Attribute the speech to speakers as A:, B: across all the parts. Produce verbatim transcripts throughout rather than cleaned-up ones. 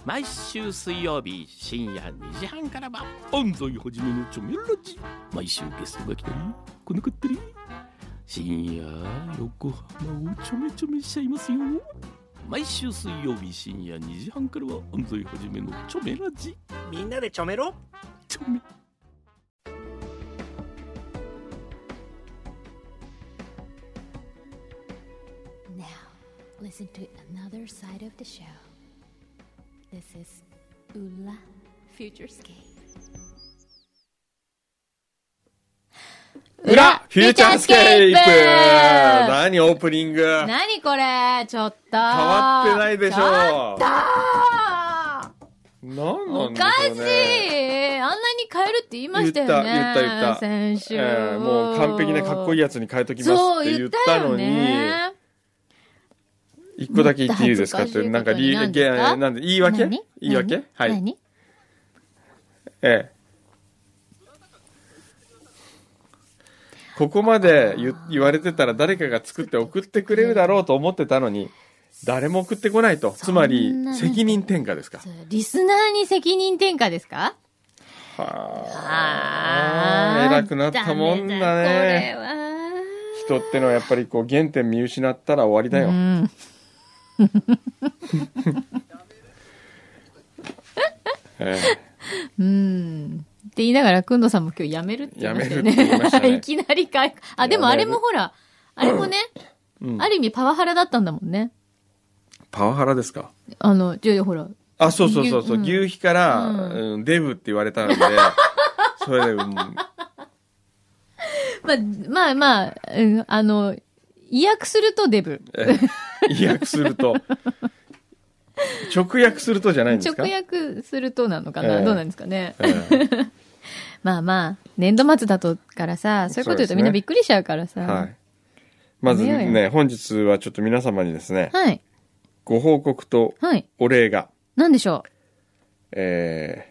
A: 毎週水曜日深夜にじはんからは安西はじめのチョメラジ。毎週ゲストが来たり来なかったり、深夜横浜をちょめちょめしちゃいますよ。毎週水曜日深夜にじはんからは安西はじめのチョメラジ。
B: みんなでちょめろ
A: チョメ。
C: Now, listen to another side of the show. This is Ula Futurescape.
D: 裏フューチャースケープ。何オープニング。
C: 何これちょっと。変
D: わってないでしょ。
C: ちょっと
D: 何なん
C: お
D: だろうね。
C: かしい。あんなに変えるって言いましたよね。
D: 言った言った言った。
C: 先週、
D: えー、もう完璧なかっこいいやつに変えときますって言ったのに。一個だけ言っていいですかって、なんか理由、なんで、言い訳言い訳はい。
C: 何
D: ええ。ここまで 言, 言われてたら誰かが作って送ってくれるだろうと思ってたのに、誰も送ってこないと。つまり、責任転嫁ですか。
C: リスナーに責任転嫁ですか。
D: はあ。偉くなったもんだね。人ってのはやっぱりこう原点見失ったら終わりだよ。うんええ、うんって言いながらくんどさんも今日やめるって言いましたよね。やめるって言いましたね。いきなりかい。あ、でもあれもほら、あれもね、うん、ある意味パワハラだったんだもんね。パワハラですか。あの、じゃあほら。あ、そうそうそうそう、牛皮から、うん、デブって言われたので、それで、うん、まあまあまあ、うん、あの、意訳するとデブ。意訳すると。直訳するとじゃないんですか。直訳するとなのかな、えー、どうなんですかね。えー、まあまあ、年度末だとからさ、そういうこと言うとみんなびっくりしちゃうからさ。はい。まずね、本日はちょっと皆様にですね、はい。ご報告とお礼が。はい、何でしょう。え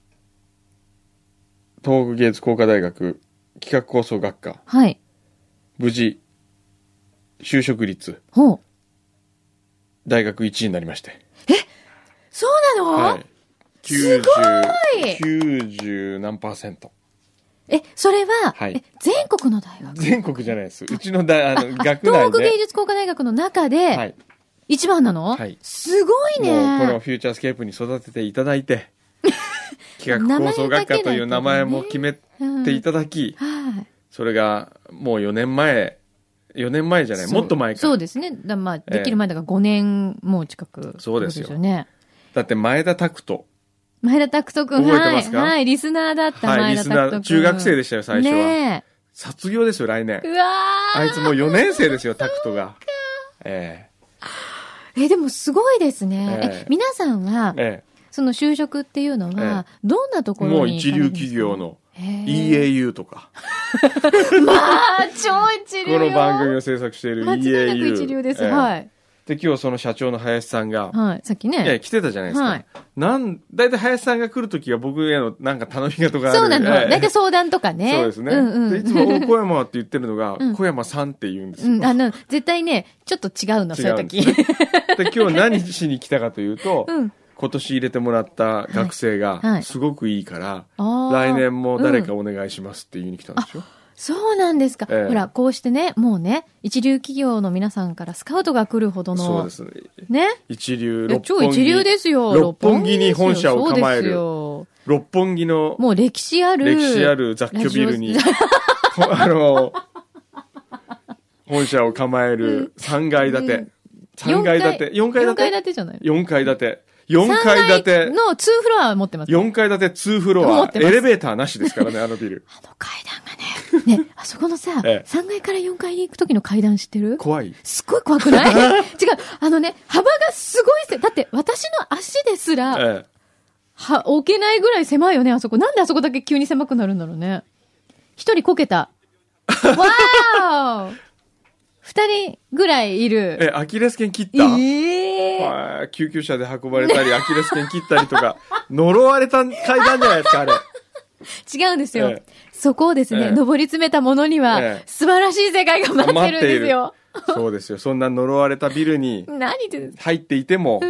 D: ー、東北芸術工科大学企画構想学科。はい。無事、就職率。ほう。大学いちいになりまして。え、そうなの？はい。きゅうじゅう、すごい！きゅうじゅう何パーセント。え、それは、はい、え全国の大学？全国じゃないです。うちの大、あの、学内で。東北芸術工科大学の中で、はい。一番なの？はい。すごいね。もう、このフューチャースケープに育てていただいて、企画構想学科という名前も決めていただき、はい。それが、もうよねんまえ、よねんまえじゃない、もっと前か。そうですね。だまあ、できる前だからごねんもう近く、そうですよね。だって前田拓人。前田拓人くん、覚えてますか？はい、はい、リスナーだった前田拓人くん。はい、リスナー、中学生でしたよ、最初は。ねえ。卒業ですよ、来年。うわー。あいつもうよねん生ですよ、拓人が。ええ。え、でもすごいですね。ええ、皆さんは、ええ、その就職っていうのは、ええ、どんなところに？もう一流企業の。イーエーユー とか。まあ、超一流よ。この番組を制作している イーエーユー。間違いなく一流です。えー、はい。で、今日その社長の林さんが。はい。さっきね。いや、来てたじゃないですか。はい。なん、だいたい林さんが来るときは僕へのなんか頼み事がある。そうなの。だいたい相談とかね。そうですね。うんうん、でいつも、小山って言ってるのが、小山さんって言うんですよ。うん、あの、絶対ね、ちょっと違うの、そういうとき。で、今日何しに来たかというと、うん。今年入れてもらった学生がすごくいいから、はいはい、来年も誰かお願いしますって言いに来たんでしょ、うん、そうなんですか、えー、ほらこうしてねもうね一流企業の皆さんからスカウトが来るほどのそうですねね一流六本木超一流ですよ六本木に本社を構える六本木のもう歴史ある歴史ある雑居ビルにあの本社を構えるさんがい建て、うん、さんがい建てよんかい建てよんかい建てじゃないよんかい建てよんかい建てのにフロア持ってます、ね。よんかい建てにフロア。エレベーターなしですからね、あのビル。あの階段がね。ね、あそこのさ、ええ、さんがいからよんかいに行くときの階段知ってる？怖い。すっごい怖くない違う。あのね、幅がすごいせ、だって私の足ですら、ええ、は、置けないぐらい狭いよね、あそこ。なんであそこだけ急に狭くなるんだろうね。一人こけた。わー二人ぐらいいる。え、アキレス腱切った？ええー。救急車で運ばれたり、アキレス腱切ったりとか、呪われた階段じゃないですか、あれ。違うんですよ。ええ、そこをですね、ええ、登り詰めたものには、ええ、素晴らしい世界が待ってるんですよ。そうですよ。そんな呪われたビルに、入っていても、うん、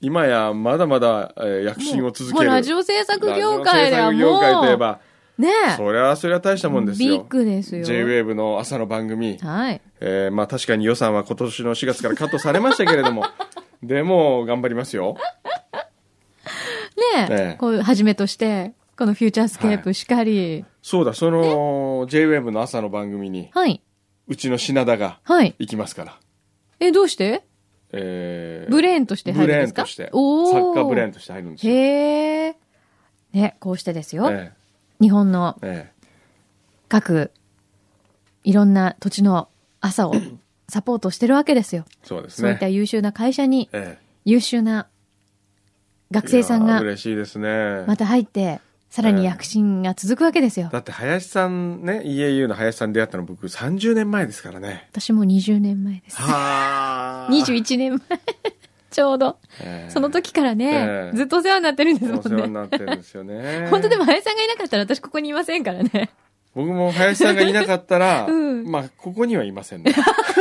D: 今やまだまだ、えー、躍進を続ける。
C: もうラジオ制作業界ではもう。ラジオ制作業界といえば、
D: ねえ。そりゃそりゃ大したもんですよ。
C: ビッグですよ。
D: ジェイウェーブ の朝の番組。
C: はい。
D: えー、まあ確かに予算は今年のしがつからカットされましたけれども、でも頑張りますよ。
C: ねえ。ねえこういうはじめとして、このフューチャースケープしかり。はい、
D: そうだ、その、ね、ジェイウェーブ の朝の番組に、はい。うちの品田が、はい。行きますから。
C: え、どうして？
D: えー、
C: ブレーンとして入るんですか？
D: ブレーンとして。おー。サッカーブレーンとして入るんですよ。
C: へー。ね、こうしてですよ。えー、日本の、各、いろんな土地の朝をサポートしてるわけですよ。
D: そうですね。
C: そういった優秀な会社に、えー、優秀な学生さんが、
D: 嬉しいですね。
C: また入って、さらに躍進が続くわけですよ。
D: だって林さんね、イーエーユー の林さん出会ったの僕さんじゅうねんまえですからね。
C: 私もにじゅうねんまえです。
D: は
C: にじゅういちねんまえ。ちょうど、えー。その時からね、えー、ずっとお世話になってるんですもんね。
D: お世話になってるんですよね。
C: 本当でも林さんがいなかったら私ここにいませんからね。
D: 僕も林さんがいなかったら、うん、まあ、ここにはいませんね。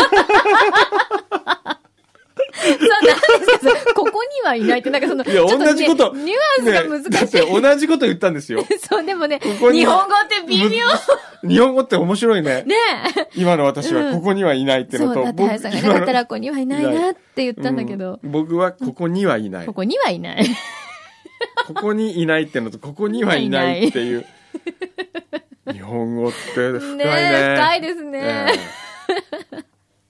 C: そうなんですか。ここにはいないって、なんかその、
D: いや、同じこと、
C: ニュアンスが難しい。
D: ね、だって同じこと言ったんですよ。
C: そう、でもね、ここ日本語って微妙。
D: 日本語って面白いね。
C: ね
D: え。今の私はここにはいないってのと、
C: うん、そう、だって林さんがいなかったらここにはいないなって言ったんだけど。
D: うん、僕はここにはいない。
C: ここにはいない。
D: ここにいないってのと、ここにはいないっていう。日本語って深いね。ね
C: え、深いですね。え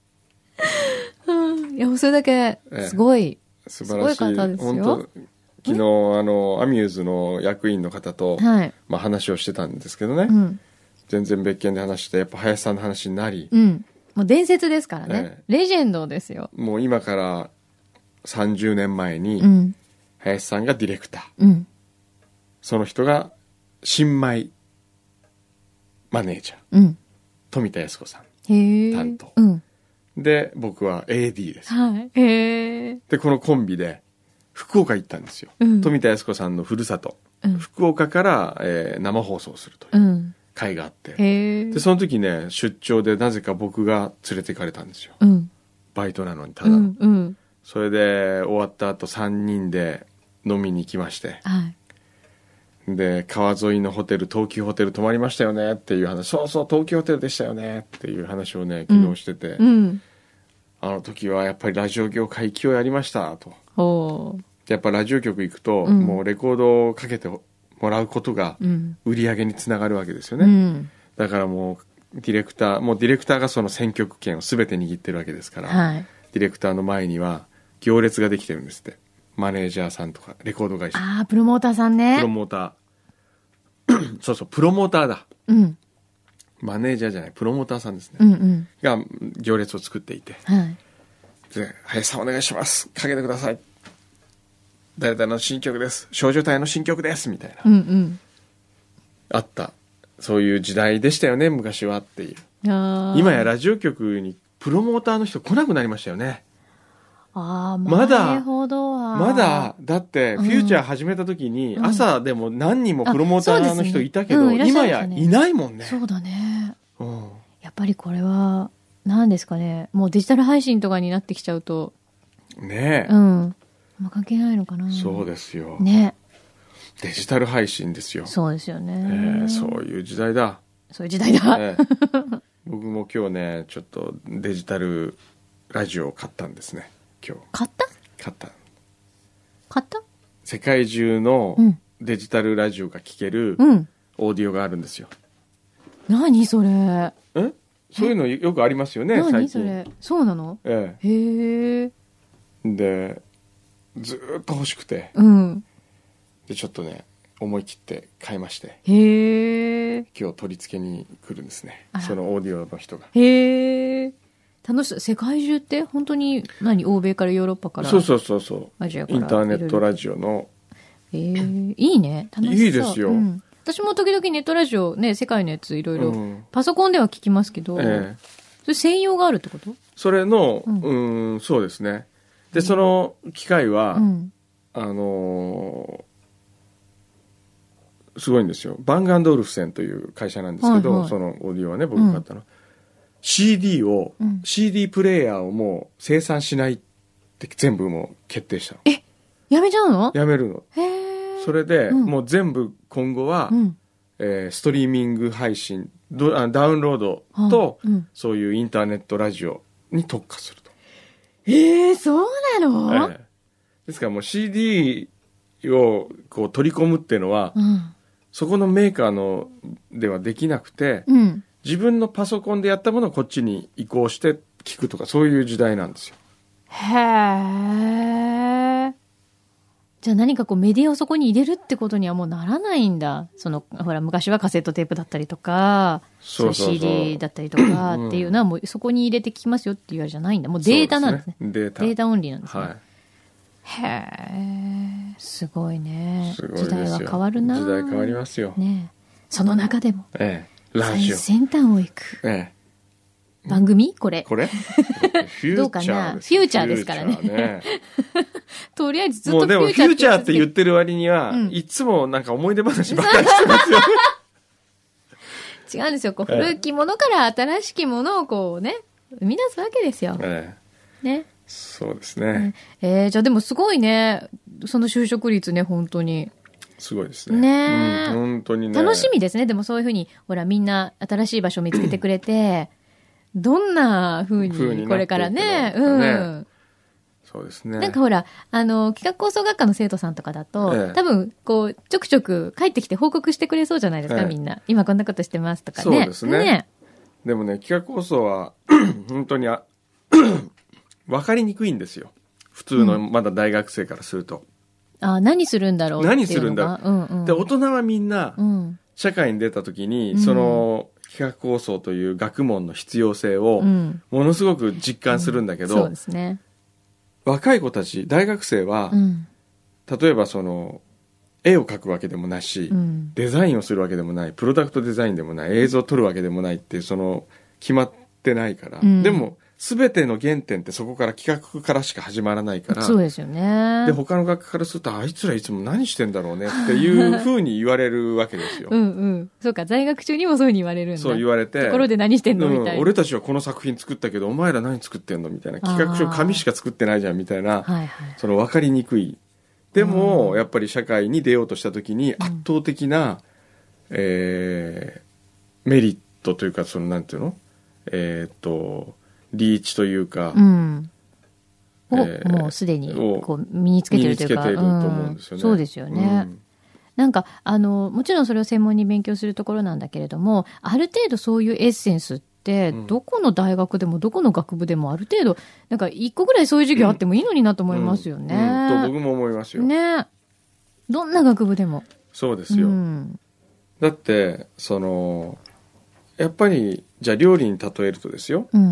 C: ー、いや、それだけ、すごい、えー、素晴らしい。すごい方ですよ。本
D: 当昨日、あの、アミューズの役員の方と、はい、まあ話をしてたんですけどね。うん、全然別件で話して、やっぱ林さんの話になり。
C: うん。もう伝説ですからね。えー、レジェンドですよ。
D: もう今からさんじゅうねんまえに、うん、林さんがディレクター。うん、その人が、新米マネージャー。うん、富田靖子さん。へ担当。うん、で、僕は エーディー です。
C: はい。へ
D: で、このコンビで、福岡行ったんですよ。うん、富田靖子さんのふるさと。うん、福岡から、えー、生放送するという会があって、うん、で、その時ね、出張でなぜか僕が連れて行かれたんですよ。うん、バイトなのにただの、うんうん。それで、終わった後さんにんで飲みに行きまして、はい、で、川沿いのホテル、東急ホテル泊まりましたよねっていう話、そうそう、東急ホテルでしたよねっていう話をね、昨日してて、うんうん、あの時はやっぱりラジオ業界勢いありましたと。おやっぱラジオ局行くと、うん、もうレコードをかけてもらうことが売り上げにつながるわけですよね、うん、だからもうディレクターもうディレクターがその選曲権を全て握ってるわけですから、はい、ディレクターの前には行列ができてるんですって。マネージャーさんとかレコード会社、
C: ああプロモーターさんね。
D: プロモーターそうそうプロモーターだ、うん、マネージャーじゃないプロモーターさんですね、うんうん、が行列を作っていて、はい、で林さんお願いしますかけてください、誰々の新曲です、少女隊の新曲ですみたいな、うんうん、あったそういう時代でしたよね昔はっていう。あ今やラジオ局にプロモーターの人来なくなりましたよね。
C: あまだほどは
D: まだだってフューチャー始めた時に、うん、朝でも何人もプロモーターの人いたけど、ねうん、今やいないもんね。
C: そうだね、うん、やっぱりこれは何ですかね、もうデジタル配信とかになってきちゃうと
D: ねえ、
C: うんまあ、関係ないのかな。
D: そうですよ
C: ね、
D: デジタル配信ですよ。
C: そうですよね、え
D: ー、そういう時代だ
C: そういう時代だ、え
D: ー、僕も今日ねちょっとデジタルラジオを買ったんですね。今日
C: 買った
D: 買った
C: 買った
D: 世界中のデジタルラジオが聴けるオーディオがあるんですよ、
C: うん、何それ。
D: えそういうのよくありますよね
C: 何それ。そうなの、ええ、へえ。で
D: ずーっと欲しくて、
C: うん、
D: でちょっとね思い切って買いまして、
C: へえ。
D: 今日取り付けに来るんですね、そのオーディオの人が。
C: へえ。楽しい。世界中って本当に何欧米からヨーロッパから
D: そうそうそうそうアジアからインターネットラジオの
C: えー、いいね楽しそう。
D: いいですよ、うん、
C: 私も時々ネットラジオね世界のやついろいろパソコンでは聞きますけど、えー、それ専用があるってこと？
D: それの、うん、うんそうですね。でその機械は、うん、あのー、すごいんですよ。バンガンドルフセンという会社なんですけど、はいはい、そのオーディオはね僕が買ったの、うんシーディー を、うん、シーディー プレイヤーをもう生産しないって全部もう決定したの。
C: え、 やめちゃうの？
D: やめるの。
C: へー。
D: それで、
C: うん、
D: もう全部今後は、うんえー、ストリーミング配信ドあダウンロードと、うん、そういうインターネットラジオに特化すると。
C: えー、そうなの？
D: えー、ですからもう シーディー をこう取り込むっていうのは、うん、そこのメーカーのではできなくて、うん、自分のパソコンでやったものをこっちに移行して聞くとかそういう時代なんですよ。
C: へー。じゃあ何かこうメディアをそこに入れるってことにはもうならないんだ。そのほら昔はカセットテープだったりとか、
D: そうそうそう
C: シーディー だったりとかっていうのはもうそこに入れて聞きますよっていうあれじゃないんだ。もうデータなんですね。
D: そうですね。データ。
C: データオンリーなんですね。
D: はい。
C: へー、すごいね。
D: すごいですよ。
C: 時代は変わるな。
D: 時代変わりますよ。
C: ねえ。その中でも、
D: ええ、ラジオ。
C: 最先端を行く。
D: ええ。
C: 番組これ。
D: これ
C: どうかなフューチャーですからね。ねとりあえずずっとフューチャーって。
D: もうでもフューチャーって言ってる割には、うん、いつもなんか思い出話ばっかりしてますよ。
C: 違うんですよ。こう古きものから新しきものをこうね、生み出すわけですよ。
D: え
C: え、ね。
D: そうですね。
C: えー、じゃあでもすごいね。その就職率ね、本当に。
D: すごいですね。
C: ね、
D: うん、本当にね。
C: 楽しみですね。でもそういうふうに、ほらみんな新しい場所を見つけてくれて、どんな風にこれからね、うん。
D: そうですね。
C: なんかほら、あの、企画構想学科の生徒さんとかだと、ええ、多分、こう、ちょくちょく帰ってきて報告してくれそうじゃないですか、ええ、みんな。今こんなことしてますとかね。
D: そうですね。ねでもね、企画構想は、本当にあ、分かりにくいんですよ。普通の、まだ大学生からすると。
C: うん、あ、何するんだろうっていうのが。
D: 何するんだろう。うんうん、で、大人はみんな、社会に出た時に、
C: うん、
D: その、企画構想という学問の必要性をものすごく実感するんだけど、
C: うんうん、そうですね、
D: 若い子たち大学生は、うん、例えばその絵を描くわけでもないし、うん、デザインをするわけでもない、プロダクトデザインでもない、映像を撮るわけでもないっていうその決まってないから、うん、でも全ての原点ってそこから企画からしか始まらないから、
C: そうですよね。
D: で他の学科からするとあいつらいつも何してんだろうねっていうふうに言われるわけですよ。
C: うんうん。そうか、在学中にもそういうふうに言われるんだ。
D: そう言われて。
C: ところで何してんの、うん、みたいな。
D: 俺たちはこの作品作ったけどお前ら何作ってんのみたいな、企画書紙しか作ってないじゃんみたいな、はいはい、その分かりにくい。でもやっぱり社会に出ようとした時に圧倒的な、うん、えー、メリットというかそのなんていうの、えー、っとリーチというか、
C: うんを、えー、もうすでにこう身につけてるというか、
D: 身につけていると思うんですよね。
C: うん、そうですよね。うん、なんかあのもちろんそれを専門に勉強するところなんだけれども、ある程度そういうエッセンスってどこの大学でもどこの学部でもある程度なんか一個ぐらいそういう授業あってもいいのになと思いますよね。
D: うんうんうん、と僕も思いますよ。
C: ね、どんな学部でも。
D: そうですよ。うん、だってそのやっぱりじゃあ料理に例えるとですよ。うん、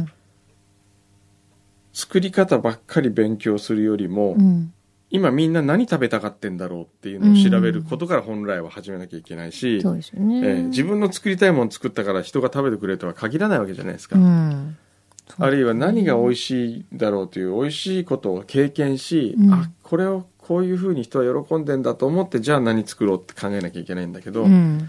D: 作り方ばっかり勉強するよりも、うん、今みんな何食べたがってんだろうっていうのを調べることから本来は始めなきゃいけないし、
C: うん、そうですよね、
D: えー、自分の作りたいもの作ったから人が食べてくれるとは限らないわけじゃないですか、うん、あるいは何が美味しいだろうという美味しいことを経験し、うん、あ、これをこういうふうに人は喜んでんだと思ってじゃあ何作ろうって考えなきゃいけないんだけど、うん、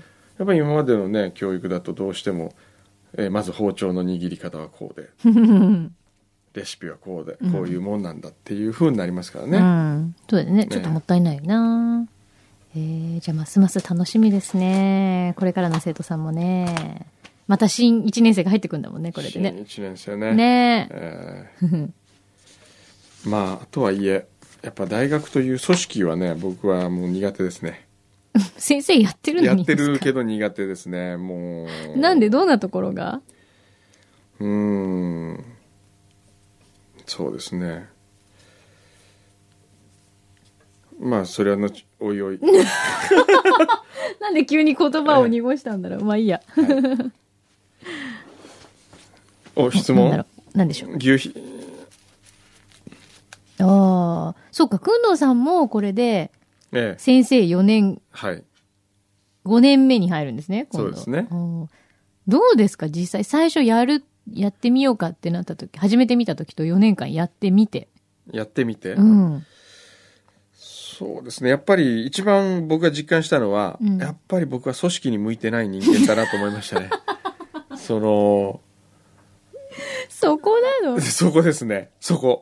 D: やっぱり今までのね教育だとどうしても、えー、まず包丁の握り方はこうでレシピはこうで、こういうもんなんだっていう風になりますからね。うん、
C: そうだね。ちょっともったいないよな。えー、じゃあますます楽しみですね。これからの生徒さんもね。また新いちねん生が入ってくるんだもんね、これでね。
D: 新いちねん生ね。
C: ね
D: えー、まあ、とはいえ、やっぱ大学という組織はね、僕はもう苦手ですね。
C: 先生やってるのにですか？
D: やってるけど苦手ですね、もう。
C: なんでどんなところが？
D: うーん。そうですね。まあそれはのちおいおい。
C: なんで急に言葉を濁したんだろう。まあいいや。はい、
D: お質問。
C: なんだろう。なんでしょう。
D: 牛皮。
C: ああ、そうか。くんどうさんもこれで先生よねん、
D: はい、
C: ごねんめに入るんですね。
D: 今度。そうですね。
C: どうですか実際最初やる。やってみようかってなった時、初めて見た時とよねんかんやってみて。
D: やってみて、
C: うん、
D: そうですね。やっぱり一番僕が実感したのは、うん、やっぱり僕は組織に向いてない人間だなと思いましたね。その、
C: そこなの？
D: そこですね。そこ。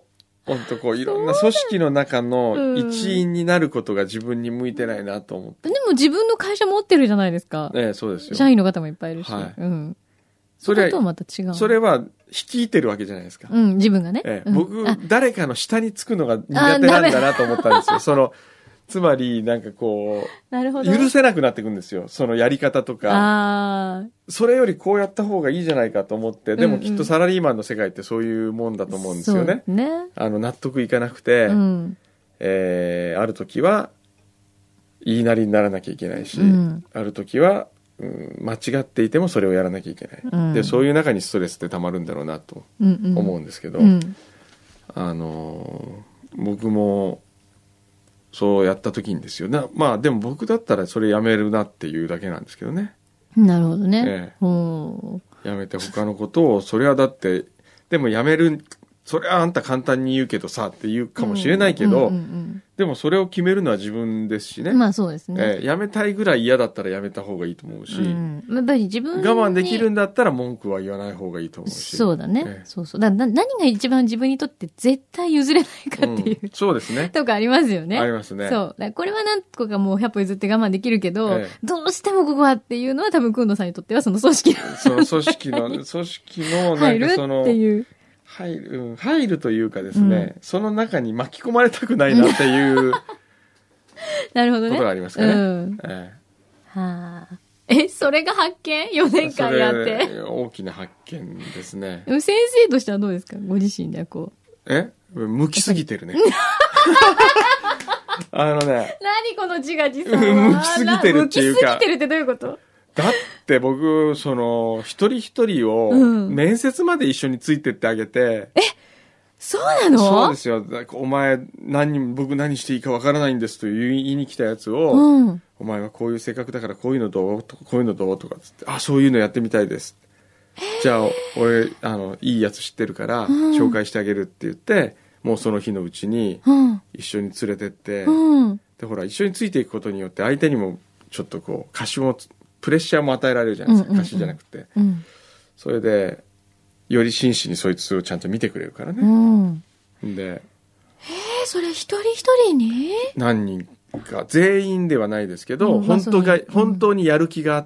D: 本当こういろんな組織の中の一員になることが自分に向いてないなと思って。
C: でも自分の会社持ってるじゃないですか。
D: ええ、そうですよ。
C: 社員の方もいっぱいいるし。
D: はい。
C: うん。
D: それは、
C: それとはまた違う。
D: それは率いてるわけじゃないですか。
C: うん、自分がね。
D: ええ、
C: うん、
D: 僕、誰かの下につくのが苦手なんだなと思ったんですよ。その、つまり、なんかこう、
C: なるほど。
D: 許せなくなっていくんですよ。そのやり方とか。
C: あ
D: それよりこうやった方がいいじゃないかと思って、でもきっとサラリーマンの世界ってそういうもんだと思うんですよね。
C: そうね。
D: あの、納得いかなくて、うん、えー、ある時は、言いなりにならなきゃいけないし、うん、ある時は、うん、間違っていてもそれをやらなきゃいけない、うん、でそういう中にストレスってたまるんだろうなと思うんですけど、うんうん、あの僕もそうやった時にですよな。まあでも僕だったらそれやめるなっていうだけなんですけどね。
C: なるほどね、
D: ええ、やめて他のことを、それはだってでもやめる、それはあんた簡単に言うけどさって言うかもしれないけど、うんうんうんうん、でもそれを決めるのは自分ですしね。
C: まあそうですね。
D: えー、やめたいぐらい嫌だったらやめた方がいいと思うし、うん、
C: やっぱり自分に
D: 我慢できるんだったら文句は言わない方がいいと思うし。
C: そうだね。えー、そうそう。だ何が一番自分にとって絶対譲れないかっていう、うん、
D: そうですね。
C: とかありますよね。
D: ありますね。
C: そう。これは何個かもうひゃっぽ譲って我慢できるけど、えー、どうしてもここはっていうのは多分くんどさんにとってはその組織
D: その組織の組織のなんかその
C: 入るっていう。
D: 入る、うん、入るというかですね、うん、その中に巻き込まれたくないなっていう
C: なるほどね。
D: ことがありますかね。
C: うんええ、はあ、え、それが発見 ?よ 年間やって。
D: 大きな発見ですね。
C: 先生としてはどうですか、ご自身ではこう。
D: え向きすぎてるね。あのね。
C: 何この自画自賛
D: は。向きすぎてるっていうか。
C: 向きすぎてるってどういうこと？
D: だって僕、その、一人一人を、面接まで一緒についてってあげて。うん、
C: え、そうなの？
D: そうですよ。お前、何、僕何していいかわからないんですと言いに来たやつを、うん、お前はこういう性格だからこういうのどうとか、こういうのどうとかつって、あ、そういうのやってみたいです。じゃあ、俺、あの、いいやつ知ってるから、紹介してあげるって言って、うん、もうその日のうちに、一緒に連れてって、うん、で、ほら、一緒についていくことによって、相手にも、ちょっとこう、貸しも、プレッシャーも与えられるじゃないですか、貸しじゃなくて、うん、それでより真摯にそいつをちゃんと見てくれるからね、うん、で
C: えー、それ一人一人に
D: 何人か全員ではないですけど、うん、本当が、うん、本当にやる気があって、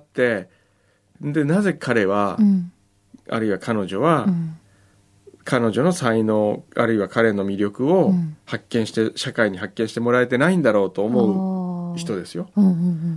D: でなぜ彼は、うん、あるいは彼女は、うん、彼女の才能あるいは彼の魅力を発見して、うん、社会に発見してもらえてないんだろうと思う人ですよ、うんうんうん、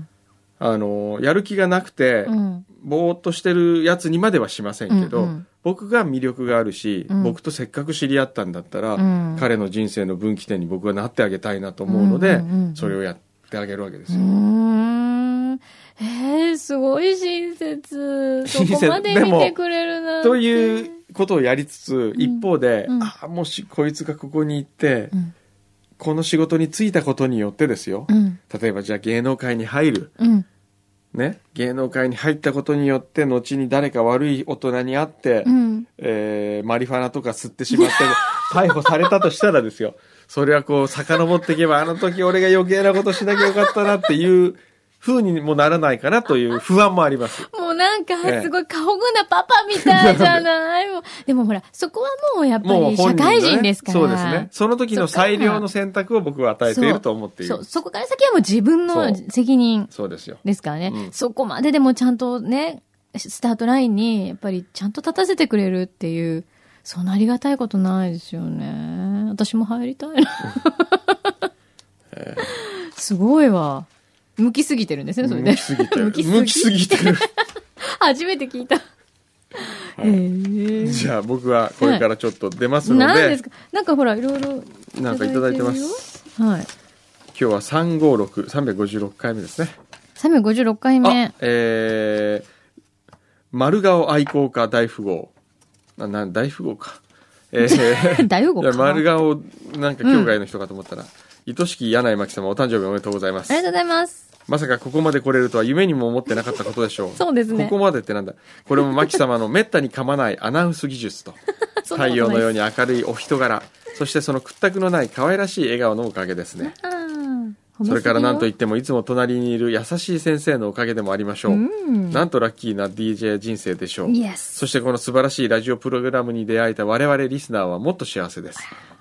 D: あのやる気がなくて、うん、ぼーっとしてるやつにまではしませんけど、うんうん、僕が魅力があるし、うん、僕とせっかく知り合ったんだったら、うん、彼の人生の分岐点に僕はなってあげたいなと思うので、うんうんうん、それをやってあげるわけですよ。うー
C: ん、えー、すごい親切。そこまで見てくれるな
D: ということをやりつつ、うん、一方で、うん、あもしこいつがここに行って、うん、この仕事に就いたことによってですよ、うん、例えばじゃあ芸能界に入る、うんね、芸能界に入ったことによって後に誰か悪い大人に会って、うんえー、マリファナとか吸ってしまって逮捕されたとしたらですよ、それはこう遡っていけば、あの時俺が余計なことしなきゃよかったなっていう風にもならないかなという不安もあります。
C: もうなんかすごい過保護なパパみたいじゃない。でもほらそこはもうやっぱり社会人ですから、
D: そうですね。その時の最良の選択を僕は与えていると思っている。
C: そう、そこから先はもう自分の責任
D: そうですよ。
C: ですからね、うん。そこまででもちゃんとねスタートラインにやっぱりちゃんと立たせてくれるっていう、そんなありがたいことないですよね。私も入りたいな。えー、すごいわ。向きすぎてるんですね、それで。
D: 向きすぎてる。向きすぎてる。
C: 初めて聞いた。はい
D: えー、じゃあ僕はこれからちょっと出ますので。
C: 何ですか？なんかほらいろいろ
D: なんかいただいてます。
C: はい。今
D: 日はさんびゃくごじゅうろく、さんびゃくごじゅうろっかいめですね。
C: さんびゃくごじゅうろっかいめ。
D: えー、丸顔愛好家大富豪。な、な、大富豪か。え
C: ー、大富豪か。
D: 丸顔なんか境外の人かと思ったら。うん、愛しき柳井真紀様、お誕生日おめでとうございます。
C: ありがとうございます。
D: まさかここまで来れるとは夢にも思ってなかったことでしょう。
C: そうですね。
D: ここまでってなんだ。これも真紀様のめったに噛まないアナウンス技術と、太陽のように明るいお人柄、そしてその屈託のない可愛らしい笑顔のおかげですね。それから何といってもいつも隣にいる優しい先生のおかげでもありましょう。うん、なんとラッキーな ディージェー 人生でしょう。
C: Yes.
D: そしてこの素晴らしいラジオプログラムに出会えた我々リスナーはもっと幸せです。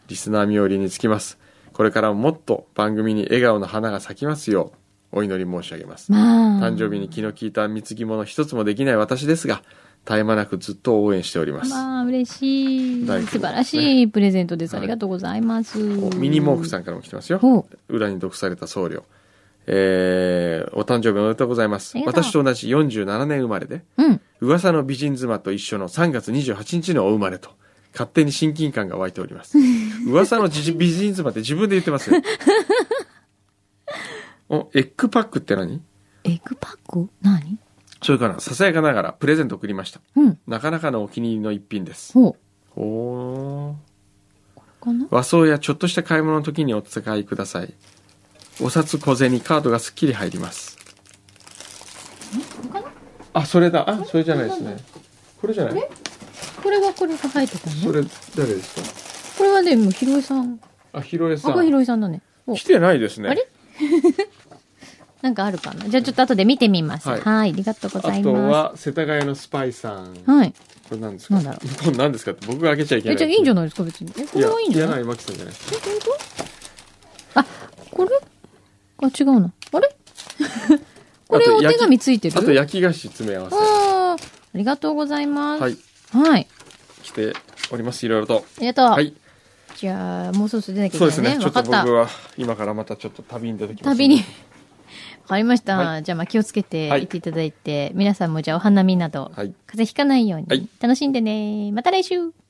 D: リスナー冥利につきます。これからももっと番組に笑顔の花が咲きますようお祈り申し上げます。まあ、誕生日に気の利いた貢ぎ物一つもできない私ですが、絶え間なくずっと応援しております。
C: まあ、嬉しい。ね、素晴らしいプレゼントです。ありがとうございます。はい、
D: ミニモークさんからも来てますよ。裏に毒された僧侶。えー、お誕生日おめでとうございます。私と同じよんじゅうななねん生まれで、うん、噂の美人妻と一緒のさんがつにじゅうはちにちのお生まれと、勝手に親近感が湧いております。噂の美人妻って自分で言ってますよ。お、エッグパックって何？
C: エッグパック？何？
D: それからささやかながらプレゼント送りました。うん、なかなかのお気に入りの一品です。ほう。おー。これかな？和装やちょっとした買い物の時にお使いください。お札小銭カードがすっきり入ります。あ、それだ。あ、それじゃないですね。これじゃない？
C: これはこれが入ってたね。
D: それ誰ですか？
C: これはね、もうひろえさん。
D: あ、ひろえさん。
C: あ、これひろえさんだね。
D: 来てないですね。
C: あれ？なんかあるかな。じゃあちょっと後で見てみます。はい、はい、ありがとうございます。あと
D: は世田谷のスパイさん。
C: はい。
D: これ何ですか？
C: なんだろう。
D: これ何ですかって僕が開けちゃいけない。
C: え、じゃあいいんじゃないですか別に。え、これはいいんじゃない？
D: 柳巻さんじゃないですか。
C: え、本当？あ、これ？あ、違うな。あれ？これお手紙ついてる？
D: あと焼き菓子詰め合わせ。
C: ああ、ありがとうございます。
D: はい。
C: はい。
D: 来ております。いろいろと。
C: ありがとう。
D: はい。
C: じゃあ、もうそろそろ出なきゃいけないね。
D: そうですね。ちょっと僕は今からまたちょっと旅に出てきます。
C: 旅に。わかりました。はい、じゃあ、まあ気をつけて行っていただいて、はい、皆さんもじゃあお花見など、はい、風邪ひかないように楽しんでね。また来週。